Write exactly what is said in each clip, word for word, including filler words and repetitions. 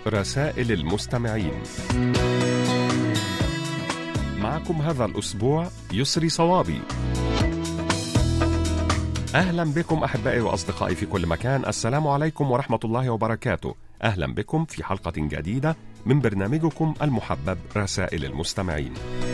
رسائل المستمعين. معكم هذا الأسبوع يسري صوابي. أهلا بكم أحبائي وأصدقائي في كل مكان. السلام عليكم ورحمة الله وبركاته. أهلا بكم في حلقة جديدة من برنامجكم المحبب رسائل المستمعين.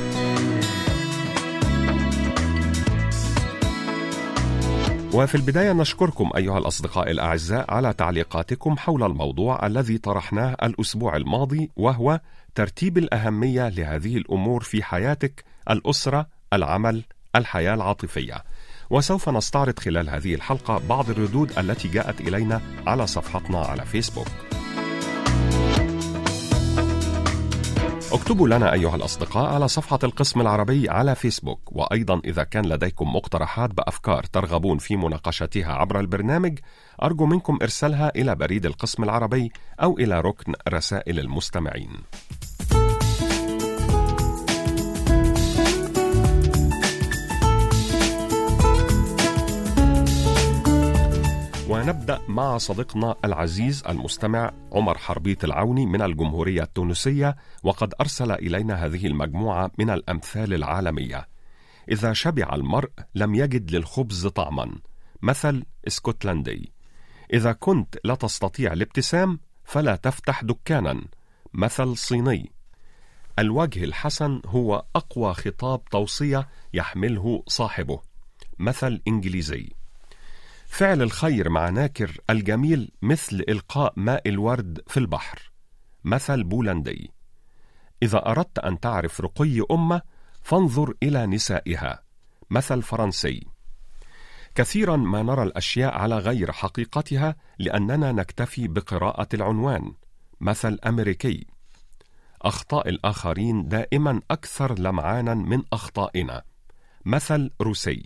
وفي البداية نشكركم أيها الأصدقاء الأعزاء على تعليقاتكم حول الموضوع الذي طرحناه الأسبوع الماضي، وهو ترتيب الأهمية لهذه الأمور في حياتك: الأسرة، العمل، الحياة العاطفية. وسوف نستعرض خلال هذه الحلقة بعض الردود التي جاءت إلينا على صفحتنا على فيسبوك. اكتبوا لنا أيها الأصدقاء على صفحة القسم العربي على فيسبوك، وأيضا إذا كان لديكم مقترحات بأفكار ترغبون في مناقشتها عبر البرنامج، أرجو منكم إرسالها إلى بريد القسم العربي أو إلى ركن رسائل المستمعين. ونبدأ مع صديقنا العزيز المستمع عمر حربيط العوني من الجمهورية التونسية، وقد أرسل إلينا هذه المجموعة من الأمثال العالمية: إذا شبع المرء لم يجد للخبز طعما، مثل اسكتلندي. إذا كنت لا تستطيع الابتسام فلا تفتح دكانا، مثل صيني. الوجه الحسن هو أقوى خطاب توصية يحمله صاحبه، مثل إنجليزي. فعل الخير مع ناكر الجميل مثل إلقاء ماء الورد في البحر، مثل بولندي. إذا أردت أن تعرف رقي أمة فانظر إلى نسائها، مثل فرنسي. كثيرا ما نرى الأشياء على غير حقيقتها لأننا نكتفي بقراءة العنوان، مثل أمريكي. أخطاء الآخرين دائما أكثر لمعانا من أخطائنا، مثل روسي.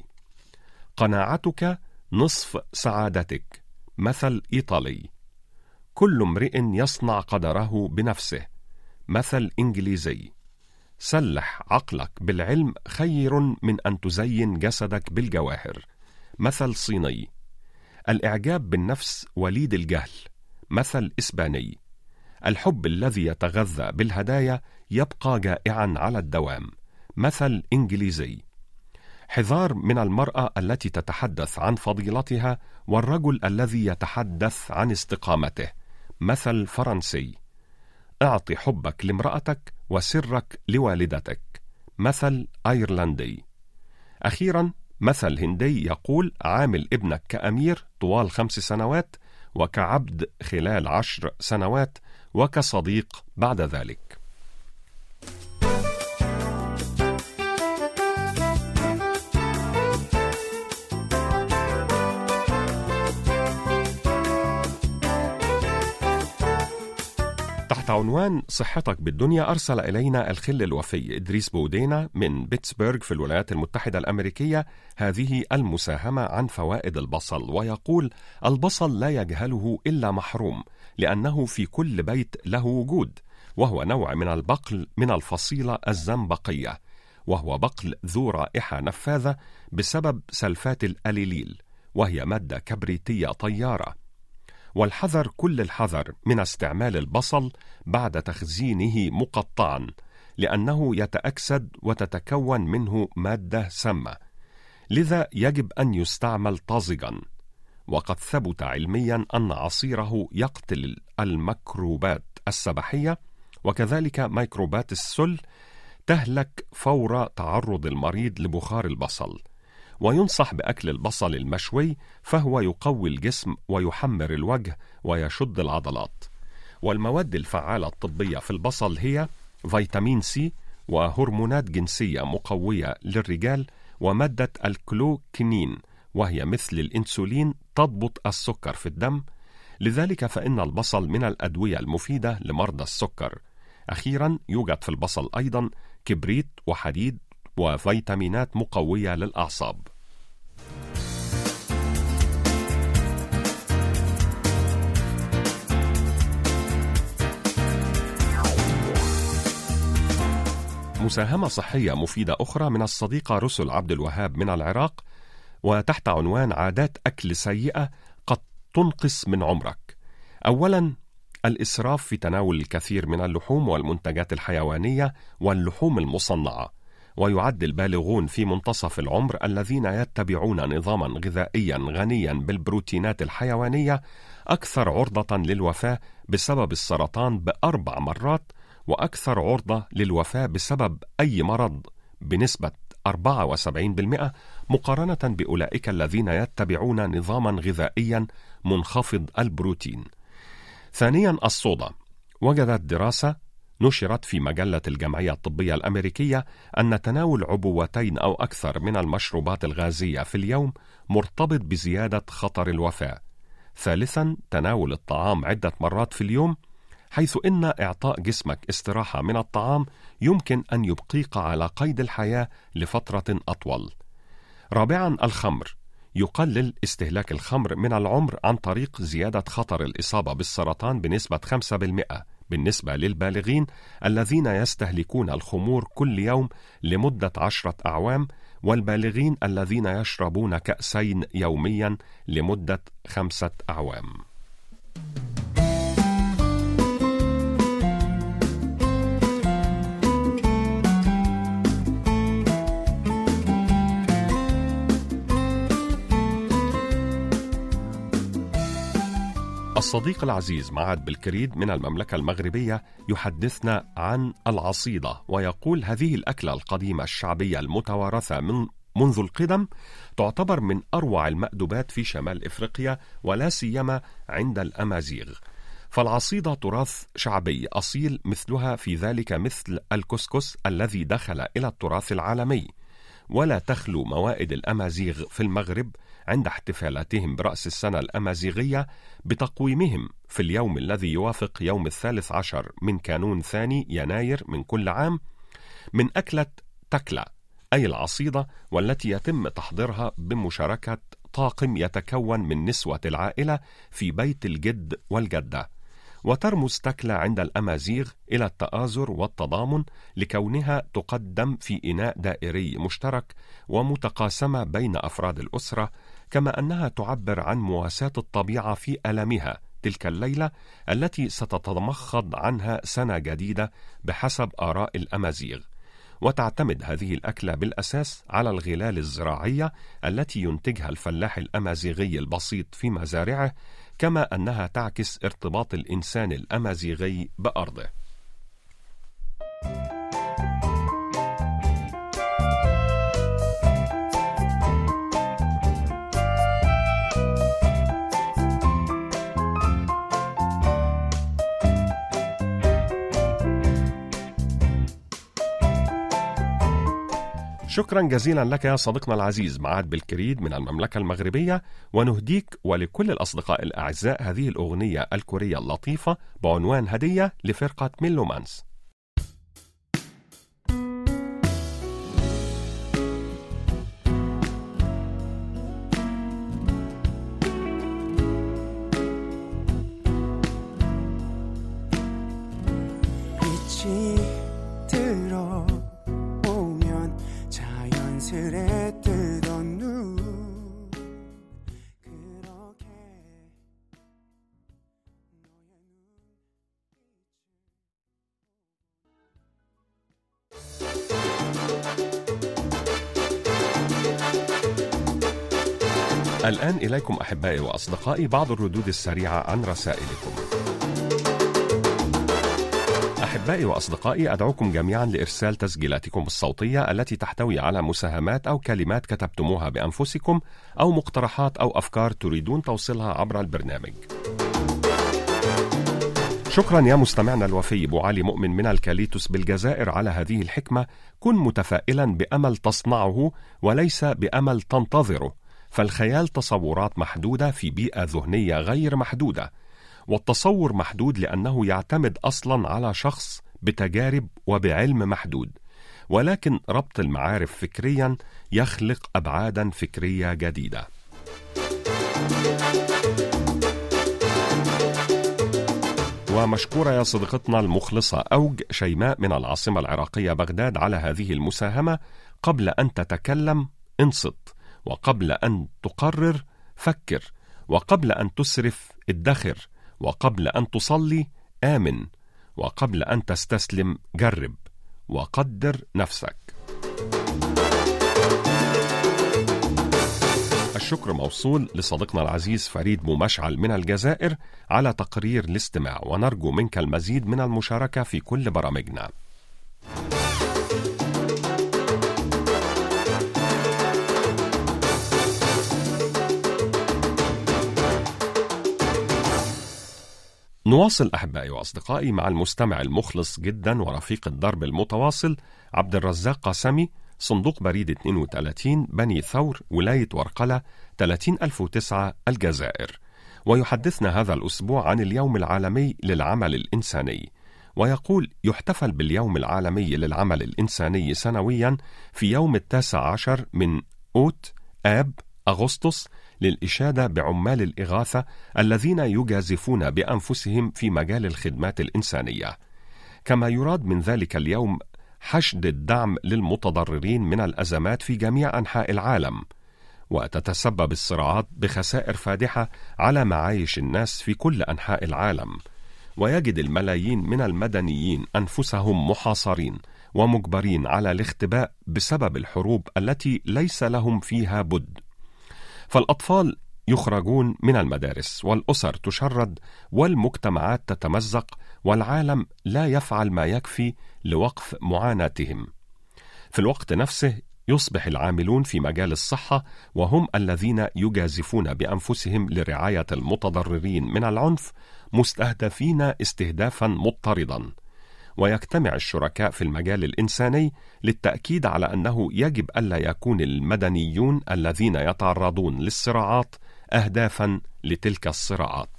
قناعتك نصف سعادتك، مثل إيطالي. كل امرئ يصنع قدره بنفسه، مثل إنجليزي. سلح عقلك بالعلم خير من أن تزين جسدك بالجواهر، مثل صيني. الإعجاب بالنفس وليد الجهل، مثل إسباني. الحب الذي يتغذى بالهدايا يبقى جائعا على الدوام، مثل إنجليزي. حذار من المرأة التي تتحدث عن فضيلتها والرجل الذي يتحدث عن استقامته، مثل فرنسي. اعطي حبك لامرأتك وسرك لوالدتك، مثل أيرلندي. أخيرا مثل هندي يقول: عامل ابنك كأمير طوال خمس سنوات، وكعبد خلال عشر سنوات، وكصديق بعد ذلك. تحت عنوان صحتك بالدنيا أرسل إلينا الخل الوفي إدريس بودينا من بيتسبرغ في الولايات المتحدة الأمريكية هذه المساهمة عن فوائد البصل، ويقول: البصل لا يجهله إلا محروم، لأنه في كل بيت له وجود، وهو نوع من البقل من الفصيلة الزنبقية، وهو بقل ذو رائحة نفاذة بسبب سلفات الأليليل، وهي مادة كبريتية طيارة. والحذر كل الحذر من استعمال البصل بعد تخزينه مقطعا، لأنه يتأكسد وتتكون منه مادة سامة، لذا يجب أن يستعمل طازجا. وقد ثبت علميا أن عصيره يقتل الميكروبات السبحية، وكذلك ميكروبات السل تهلك فور تعرض المريض لبخار البصل. وينصح بأكل البصل المشوي، فهو يقوي الجسم ويحمر الوجه ويشد العضلات. والمواد الفعالة الطبية في البصل هي فيتامين سي، وهرمونات جنسية مقوية للرجال، ومادة الكلوكينين، وهي مثل الإنسولين تضبط السكر في الدم، لذلك فإن البصل من الأدوية المفيدة لمرضى السكر. أخيرا يوجد في البصل أيضا كبريت وحديد وفيتامينات مقوية للأعصاب. مساهمة صحية مفيدة أخرى من الصديقة رسل عبد الوهاب من العراق، وتحت عنوان عادات أكل سيئة قد تنقص من عمرك. أولا، الإسراف في تناول الكثير من اللحوم والمنتجات الحيوانية واللحوم المصنعة. ويعد البالغون في منتصف العمر الذين يتبعون نظاما غذائيا غنيا بالبروتينات الحيوانية أكثر عرضة للوفاة بسبب السرطان بأربع مرات، وأكثر عرضة للوفاة بسبب أي مرض بنسبة أربعة وسبعين بالمئة مقارنة بأولئك الذين يتبعون نظاما غذائيا منخفض البروتين. ثانيا، الصودا. وجدت دراسة نشرت في مجلة الجمعية الطبية الأمريكية أن تناول عبوتين أو أكثر من المشروبات الغازية في اليوم مرتبط بزيادة خطر الوفاة. ثالثا، تناول الطعام عدة مرات في اليوم، حيث إن إعطاء جسمك استراحة من الطعام يمكن أن يبقيك على قيد الحياة لفترة أطول. رابعا، الخمر. يقلل استهلاك الخمر من العمر عن طريق زيادة خطر الإصابة بالسرطان بنسبة خمسة بالمئة بالنسبة للبالغين الذين يستهلكون الخمور كل يوم لمدة عشرة أعوام، والبالغين الذين يشربون كأسين يوميا لمدة خمسة أعوام. الصديق العزيز معاد بالكريد من المملكة المغربية يحدثنا عن العصيدة، ويقول: هذه الأكلة القديمة الشعبية المتوارثة من منذ القدم تعتبر من أروع المأدوبات في شمال إفريقيا، ولا سيما عند الأمازيغ. فالعصيدة تراث شعبي أصيل، مثلها في ذلك مثل الكسكس الذي دخل إلى التراث العالمي. ولا تخلو موائد الأمازيغ في المغرب عند احتفالاتهم برأس السنة الأمازيغية بتقويمهم في اليوم الذي يوافق يوم الثالث عشر من كانون ثاني يناير من كل عام من أكلة تكلا، أي العصيدة، والتي يتم تحضيرها بمشاركة طاقم يتكون من نسوة العائلة في بيت الجد والجدة. وترمز تكلا عند الأمازيغ إلى التآزر والتضامن لكونها تقدم في إناء دائري مشترك ومتقاسمة بين أفراد الأسرة، كما أنها تعبر عن مواساة الطبيعة في ألمها تلك الليلة التي ستتمخض عنها سنة جديدة بحسب آراء الأمازيغ. وتعتمد هذه الأكلة بالأساس على الغلال الزراعية التي ينتجها الفلاح الأمازيغي البسيط في مزارعه، كما أنها تعكس ارتباط الإنسان الأمازيغي بأرضه. شكرا جزيلا لك يا صديقنا العزيز معاد بالكريد من المملكة المغربية، ونهديك ولكل الأصدقاء الأعزاء هذه الأغنية الكورية اللطيفة بعنوان هدية لفرقة ميلومانس. الآن إليكم أحبائي وأصدقائي بعض الردود السريعة عن رسائلكم. أحبائي وأصدقائي، أدعوكم جميعا لإرسال تسجيلاتكم الصوتية التي تحتوي على مساهمات أو كلمات كتبتموها بأنفسكم، أو مقترحات أو أفكار تريدون توصيلها عبر البرنامج. شكرا يا مستمعنا الوفي بو علي مؤمن من الكاليتوس بالجزائر على هذه الحكمة: كن متفائلا بأمل تصنعه وليس بأمل تنتظره، فالخيال تصورات محدودة في بيئة ذهنية غير محدودة، والتصور محدود لأنه يعتمد أصلا على شخص بتجارب وبعلم محدود، ولكن ربط المعارف فكريا يخلق أبعادا فكرية جديدة. ومشكورة يا صديقتنا المخلصة أوج شيماء من العاصمة العراقية بغداد على هذه المساهمة: قبل أن تتكلم انصت، وقبل أن تقرر فكر، وقبل أن تسرف ادخر، وقبل أن تصلي آمن، وقبل أن تستسلم جرب وقدر نفسك. الشكر موصول لصديقنا العزيز فريد ممشعل من الجزائر على تقرير الاستماع، ونرجو منك المزيد من المشاركة في كل برامجنا. نواصل أحبائي وأصدقائي مع المستمع المخلص جدا ورفيق الدرب المتواصل عبد الرزاق قاسمي، صندوق بريد اثنين وثلاثين بني ثور، ولاية ورقلة، ثلاثين ألف وتسعة، الجزائر، ويحدثنا هذا الأسبوع عن اليوم العالمي للعمل الإنساني، ويقول: يحتفل باليوم العالمي للعمل الإنساني سنويا في يوم التاسع عشر من أوت آب أغسطس للإشادة بعمال الإغاثة الذين يجازفون بأنفسهم في مجال الخدمات الإنسانية. كما يراد من ذلك اليوم حشد الدعم للمتضررين من الأزمات في جميع أنحاء العالم، وتتسبب الصراعات بخسائر فادحة على معايش الناس في كل أنحاء العالم، ويجد الملايين من المدنيين أنفسهم محاصرين ومجبرين على الاختباء بسبب الحروب التي ليس لهم فيها بد. فالأطفال يخرجون من المدارس، والأسر تشرد، والمجتمعات تتمزق، والعالم لا يفعل ما يكفي لوقف معاناتهم. في الوقت نفسه يصبح العاملون في مجال الصحة، وهم الذين يجازفون بأنفسهم لرعاية المتضررين من العنف، مستهدفين استهدافا مضطردا. ويجتمع الشركاء في المجال الإنساني للتأكيد على أنه يجب ألا يكون المدنيون الذين يتعرضون للصراعات أهدافا لتلك الصراعات.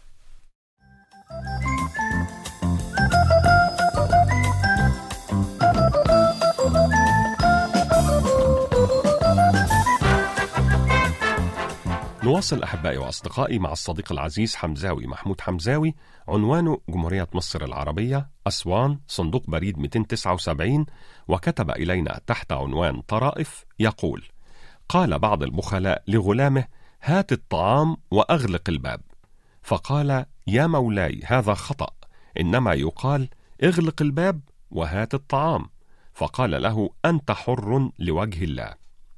نواصل أحبائي وأصدقائي مع الصديق العزيز حمزاوي محمود حمزاوي، عنوانه جمهورية مصر العربية، أسوان، صندوق بريد مئتين وتسعة وسبعين، وكتب إلينا تحت عنوان طرائف يقول: قال بعض البخلاء لغلامه: هات الطعام وأغلق الباب، فقال: يا مولاي هذا خطأ، إنما يقال اغلق الباب وهات الطعام. فقال له: أنت حر لوجه الله.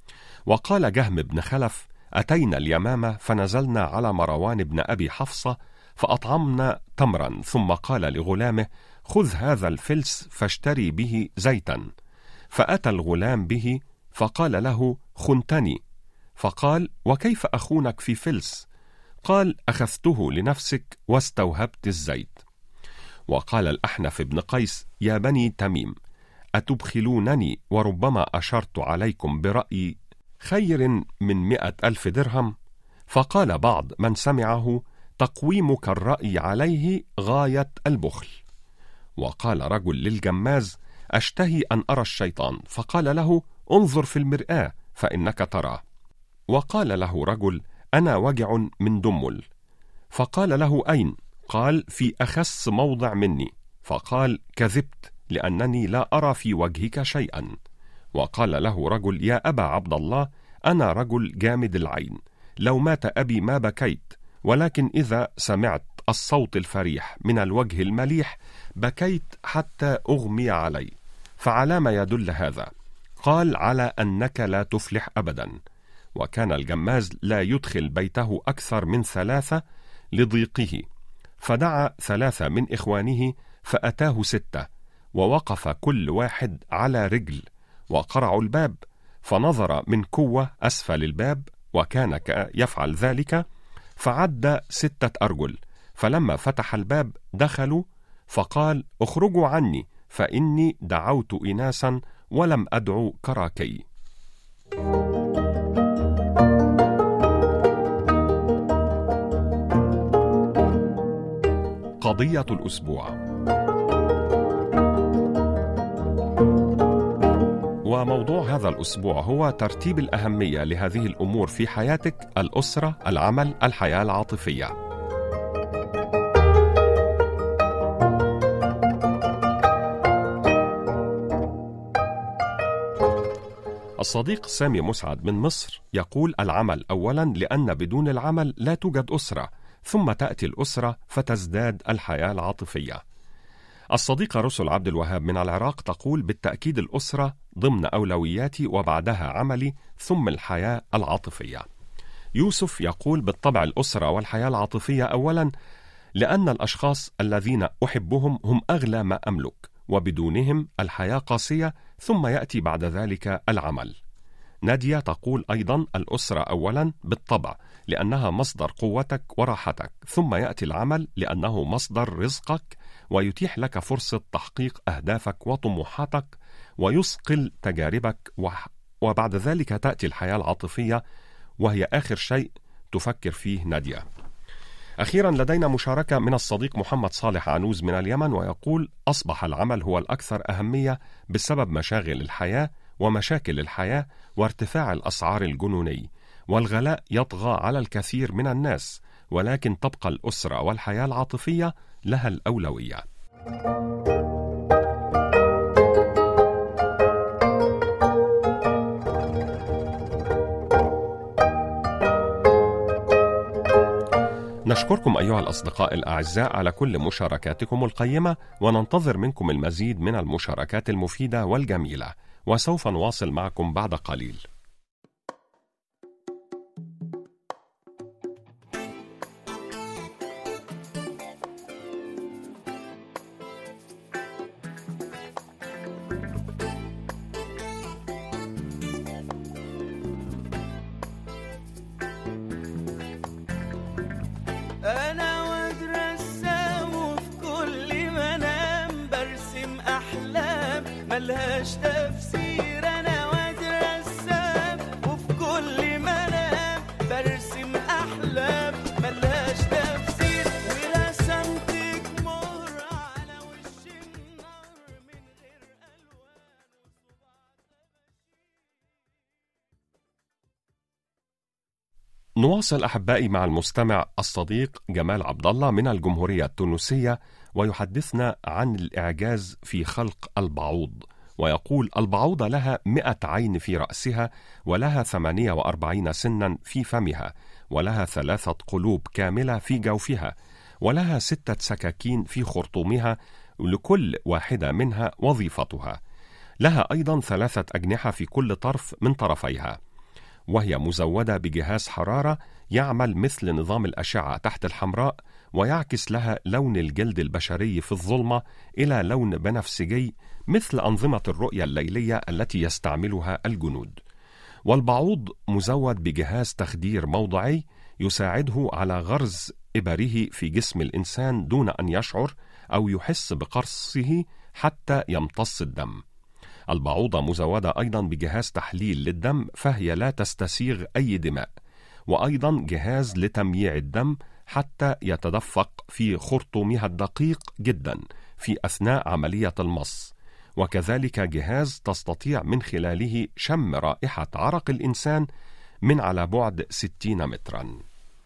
وقال جهم بن خلف: أتينا اليمامة فنزلنا على مروان بن أبي حفصة فأطعمنا تمرا، ثم قال لغلامه: خذ هذا الفلس فاشتري به زيتا. فأتى الغلام به فقال له: خنتني. فقال: وكيف أخونك في فلس؟ قال: أخذته لنفسك واستوهبت الزيت. وقال الأحنف بن قيس: يا بني تميم، أتبخلونني وربما أشرت عليكم برأي خير من مئة ألف درهم؟ فقال بعض من سمعه: تقويمك الرأي عليه غاية البخل. وقال رجل للجماز: أشتهي أن أرى الشيطان. فقال له: انظر في المرآة فإنك تراه. وقال له رجل: أنا وجع من دمل. فقال له: أين؟ قال: في أخس موضع مني. فقال: كذبت، لأنني لا أرى في وجهك شيئا. وقال له رجل: يا أبا عبد الله، أنا رجل جامد العين، لو مات أبي ما بكيت، ولكن إذا سمعت الصوت الفريح من الوجه المليح بكيت حتى أغمي علي. فعلى ما يدل هذا؟ قال: على أنك لا تفلح أبدا. وكان الجماز لا يدخل بيته أكثر من ثلاثة لضيقه، فدعا ثلاثة من إخوانه فأتاه ستة، ووقف كل واحد على رجل، وقرعوا الباب، فنظر من كوة أسفل الباب، وكان يفعل ذلك، فعد ستة أرجل. فلما فتح الباب دخلوا، فقال: اخرجوا عني، فإني دعوت إناسا ولم أدعو كراكي. قضية الأسبوع. وموضوع هذا الأسبوع هو ترتيب الأهمية لهذه الأمور في حياتك: الأسرة، العمل، الحياة العاطفية. الصديق سامي مسعد من مصر يقول: العمل أولا، لأن بدون العمل لا توجد أسرة، ثم تأتي الأسرة فتزداد الحياة العاطفية. الصديقة رسل عبد الوهاب من العراق تقول: بالتأكيد الأسرة ضمن أولوياتي وبعدها عملي ثم الحياة العاطفية. يوسف يقول: بالطبع الأسرة والحياة العاطفية أولا، لأن الأشخاص الذين أحبهم هم أغلى ما أملك، وبدونهم الحياة قاسية، ثم يأتي بعد ذلك العمل. نادية تقول أيضا: الأسرة أولا بالطبع، لأنها مصدر قوتك وراحتك، ثم يأتي العمل لأنه مصدر رزقك ويتيح لك فرصة تحقيق أهدافك وطموحاتك ويصقل تجاربك، وبعد ذلك تأتي الحياة العاطفية وهي آخر شيء تفكر فيه نادية. أخيرا لدينا مشاركة من الصديق محمد صالح عنوز من اليمن، ويقول: أصبح العمل هو الأكثر أهمية بسبب مشاغل الحياة ومشاكل الحياة وارتفاع الأسعار الجنوني، والغلاء يطغى على الكثير من الناس، ولكن تبقى الأسرة والحياة العاطفية لها الأولوية. نشكركم أيها الأصدقاء الأعزاء على كل مشاركاتكم القيمة، وننتظر منكم المزيد من المشاركات المفيدة والجميلة، وسوف نواصل معكم بعد قليل. أنا واد رسام وفي كل منام برسم أحلام ملهاش تفسير. أنا واد رسام وفي كل منام برسم أحلام ملهاش تفسير، ورسمتك مهر على وش النار من غير ألوان نواصل أحبائي مع المستمع الصديق جمال عبد الله من الجمهورية التونسية، ويحدثنا عن الإعجاز في خلق البعوض، ويقول: البعوضة لها مئة عين في رأسها، ولها ثمانية وأربعين سنا في فمها، ولها ثلاثة قلوب كاملة في جوفها، ولها ستة سكاكين في خرطومها، لكل واحدة منها وظيفتها. لها أيضا ثلاثة أجنحة في كل طرف من طرفيها، وهي مزودة بجهاز حرارة يعمل مثل نظام الأشعة تحت الحمراء، ويعكس لها لون الجلد البشري في الظلمة إلى لون بنفسجي مثل أنظمة الرؤية الليلية التي يستعملها الجنود. والبعوض مزود بجهاز تخدير موضعي يساعده على غرز إبره في جسم الإنسان دون أن يشعر أو يحس بقرصه حتى يمتص الدم. البعوضة مزودة أيضا بجهاز تحليل للدم، فهي لا تستسيغ أي دماء، وأيضا جهاز لتمييع الدم حتى يتدفق في خرطومها الدقيق جدا في أثناء عملية المص، وكذلك جهاز تستطيع من خلاله شم رائحة عرق الإنسان من على بعد ستين مترا.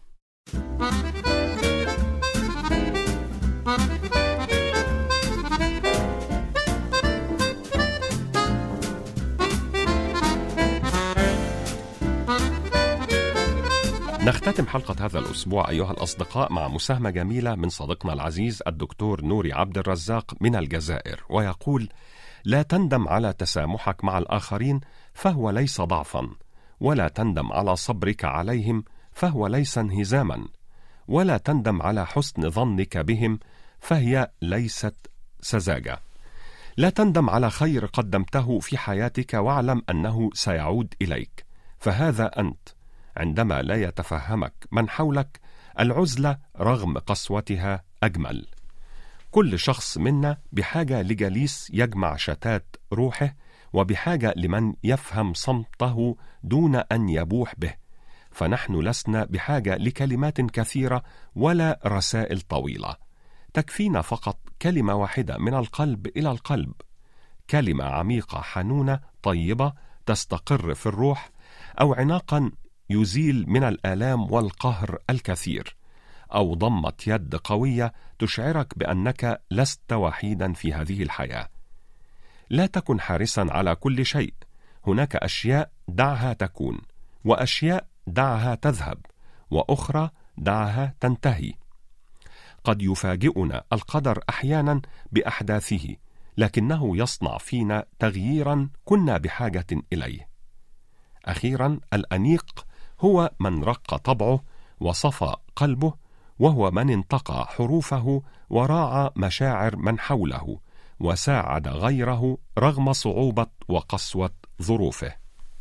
نختتم حلقة هذا الأسبوع أيها الأصدقاء مع مساهمة جميلة من صديقنا العزيز الدكتور نوري عبد الرزاق من الجزائر، ويقول: لا تندم على تسامحك مع الآخرين فهو ليس ضعفا، ولا تندم على صبرك عليهم فهو ليس انهزاما، ولا تندم على حسن ظنك بهم فهي ليست سذاجة. لا تندم على خير قدمته في حياتك، واعلم أنه سيعود إليك، فهذا أنت. عندما لا يتفهمك من حولك، العزلة رغم قسوتها أجمل. كل شخص منا بحاجة لجليس يجمع شتات روحه، وبحاجة لمن يفهم صمته دون أن يبوح به، فنحن لسنا بحاجة لكلمات كثيرة ولا رسائل طويلة، تكفينا فقط كلمة واحدة من القلب إلى القلب، كلمة عميقة حنونة طيبة تستقر في الروح، أو عناقا يزيل من الآلام والقهر الكثير، أو ضمة يد قوية تشعرك بأنك لست وحيدا في هذه الحياة. لا تكن حارسا على كل شيء، هناك أشياء دعها تكون، وأشياء دعها تذهب، وأخرى دعها تنتهي. قد يفاجئنا القدر أحيانا بأحداثه، لكنه يصنع فينا تغييرا كنا بحاجة إليه. أخيرا، الأنيق هو من رق طبعه وصفى قلبه، وهو من انتقى حروفه وراعى مشاعر من حوله وساعد غيره رغم صعوبة وقسوة ظروفه.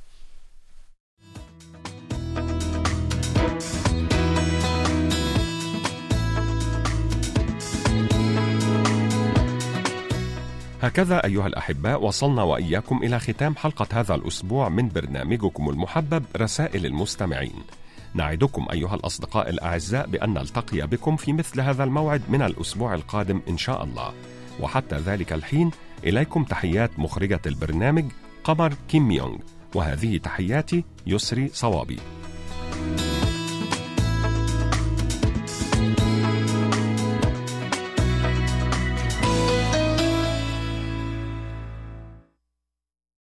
هكذا أيها الأحباء وصلنا وإياكم إلى ختام حلقة هذا الأسبوع من برنامجكم المحبب رسائل المستمعين. نعدكم أيها الأصدقاء الأعزاء بأن نلتقي بكم في مثل هذا الموعد من الأسبوع القادم إن شاء الله، وحتى ذلك الحين إليكم تحيات مخرجة البرنامج قمر كيم يونغ، وهذه تحياتي يسري صوابي.